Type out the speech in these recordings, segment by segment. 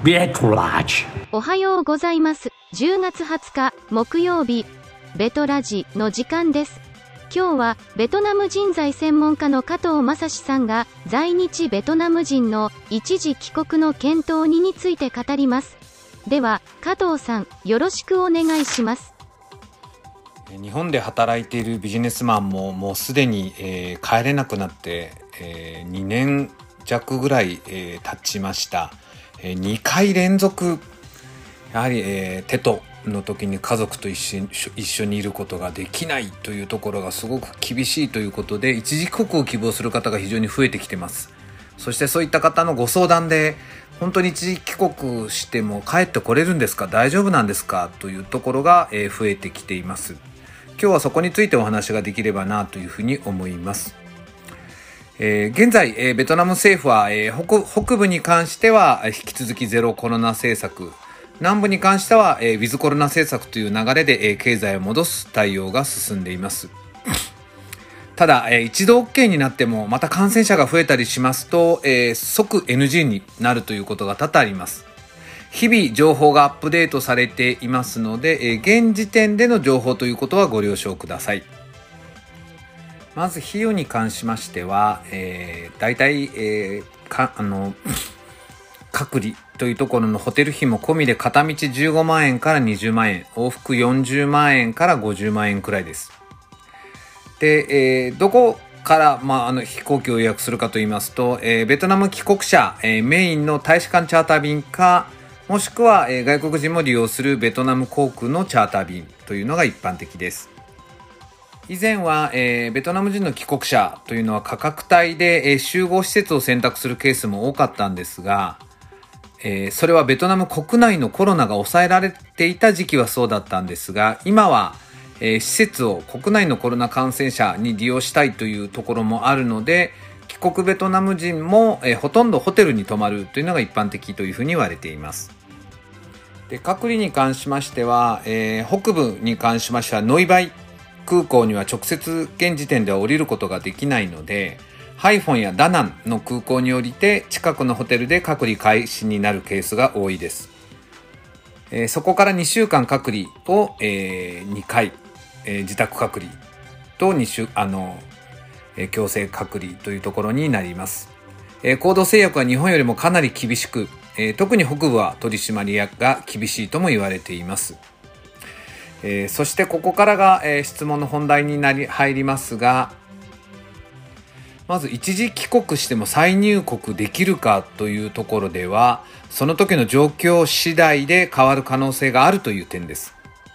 ベトラジ。 おはようございます。10月20日木曜日、ベトラジの時間です。今日はベトナム人材専門家の加藤正史さんが在日ベトナム人の一時帰国の検討について語ります。では加藤さん、よろしくお願いします。 日本で働いているビジネスマンももうすでに、帰れなくなって、2年弱ぐらい、経ちました。2回連続やはり、テトの時に家族と一緒にいることができないというところがすごく厳しいということで、一時帰国を希望する方が非常に増えてきてます。そしてそういった方のご相談で、本当に一時帰国しても帰ってこれるんですか、大丈夫なんですかというところが、増えてきています。今日はそこについてお話ができればなというふうに思います。現在、ベトナム政府は、北部に関しては引き続きゼロコロナ政策、南部に関しては、ウィズコロナ政策という流れで、経済を戻す対応が進んでいます。ただ、一度 OK になってもまた感染者が増えたりしますと、即 NG になるということが多々あります。日々情報がアップデートされていますので、現時点での情報ということはご了承ください。まず費用に関しましては、だいたい隔離というところのホテル費も込みで片道15万円から20万円、往復40万円から50万円くらいです。で、どこから飛行機を予約するかといいますと、ベトナム帰国者、メインの大使館チャーター便か、もしくは、外国人も利用するベトナム航空のチャーター便というのが一般的です。以前は、ベトナム人の帰国者というのは価格帯で、集合施設を選択するケースも多かったんですが、それはベトナム国内のコロナが抑えられていた時期はそうだったんですが、今は、施設を国内のコロナ感染者に利用したいというところもあるので、帰国ベトナム人も、ほとんどホテルに泊まるというのが一般的というふうに言われています。で、隔離に関しましては、北部に関しましてはノイバイ空港には直接現時点では降りることができないので、ハイフォンやダナンの空港に降りて近くのホテルで隔離開始になるケースが多いです。そこから2週間隔離を、2回、自宅隔離と強制隔離というところになります。行動制約は日本よりもかなり厳しく、特に北部は取り締まりが厳しいとも言われています。そしてここからが、質問の本題に入りますが、まず一時帰国しても再入国できるかというところでは、その時の状況次第で変わる可能性があるという点です。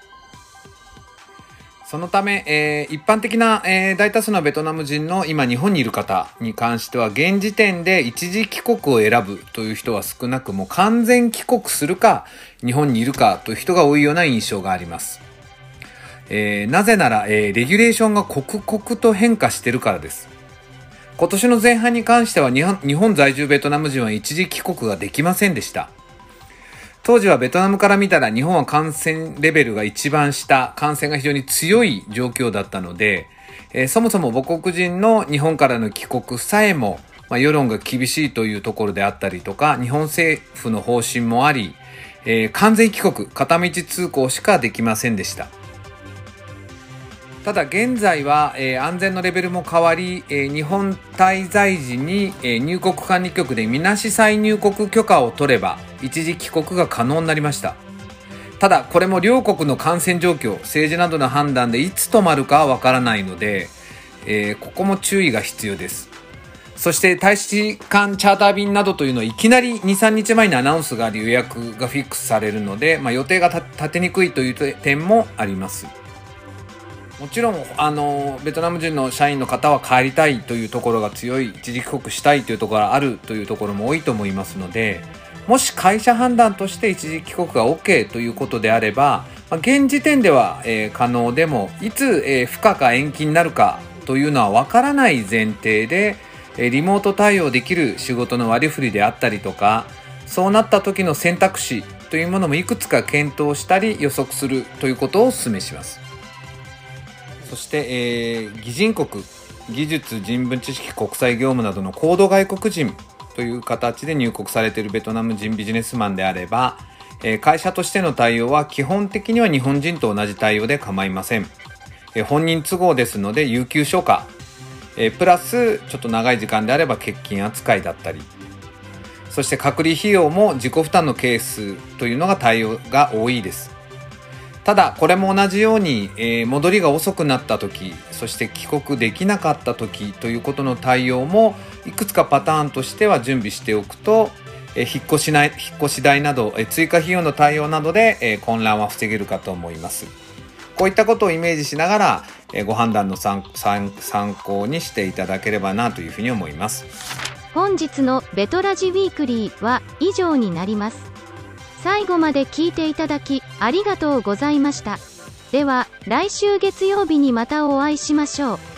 そのため、一般的な、大多数のベトナム人の今日本にいる方に関しては、現時点で一時帰国を選ぶという人は少なく、もう完全帰国するか日本にいるかという人が多いような印象があります。なぜなら、レギュレーションが刻々と変化しているからです。今年の前半に関しては日本在住ベトナム人は一時帰国ができませんでした。当時はベトナムから見たら日本は感染レベルが一番下、感染が非常に強い状況だったので、そもそも母国人の日本からの帰国さえも、世論が厳しいというところであったりとか、日本政府の方針もあり、完全帰国、片道通行しかできませんでした。ただ現在は、安全のレベルも変わり、日本滞在時に、入国管理局でみなし再入国許可を取れば一時帰国が可能になりました。ただこれも両国の感染状況、政治などの判断でいつ止まるかはわからないので、ここも注意が必要です。そして大使館チャーター便などというのはいきなり 2,3 日前にアナウンスがあり予約がフィックスされるので、予定が立てにくいという点もあります。もちろんベトナム人の社員の方は帰りたいというところが強い、一時帰国したいというところがあるというところも多いと思いますので、もし会社判断として一時帰国が OK ということであれば、現時点では、可能でもいつ、不可か延期になるかというのは分からない前提で、リモート対応できる仕事の割り振りであったりとか、そうなった時の選択肢というものもいくつか検討したり予測するということをお勧めします。そして、技術人文知識国際業務などの高度外国人とという形で入国されているベトナム人ビジネスマンであれば、会社としての対応は基本的には日本人と同じ対応で構いません。本人都合ですので有給消化、プラスちょっと長い時間であれば欠勤扱いだったり、そして隔離費用も自己負担のケースというのが対応が多いです。ただこれも同じように、戻りが遅くなった時、そして帰国できなかった時ということの対応もいくつかパターンとしては準備しておくと、引っ越し代など、追加費用の対応などで、混乱は防げるかと思います。こういったことをイメージしながら、ご判断の参考にしていただければなというふうに思います。 本日のベトラジウィークリーは以上になります。最後まで聞いていただきありがとうございました。では来週月曜日にまたお会いしましょう。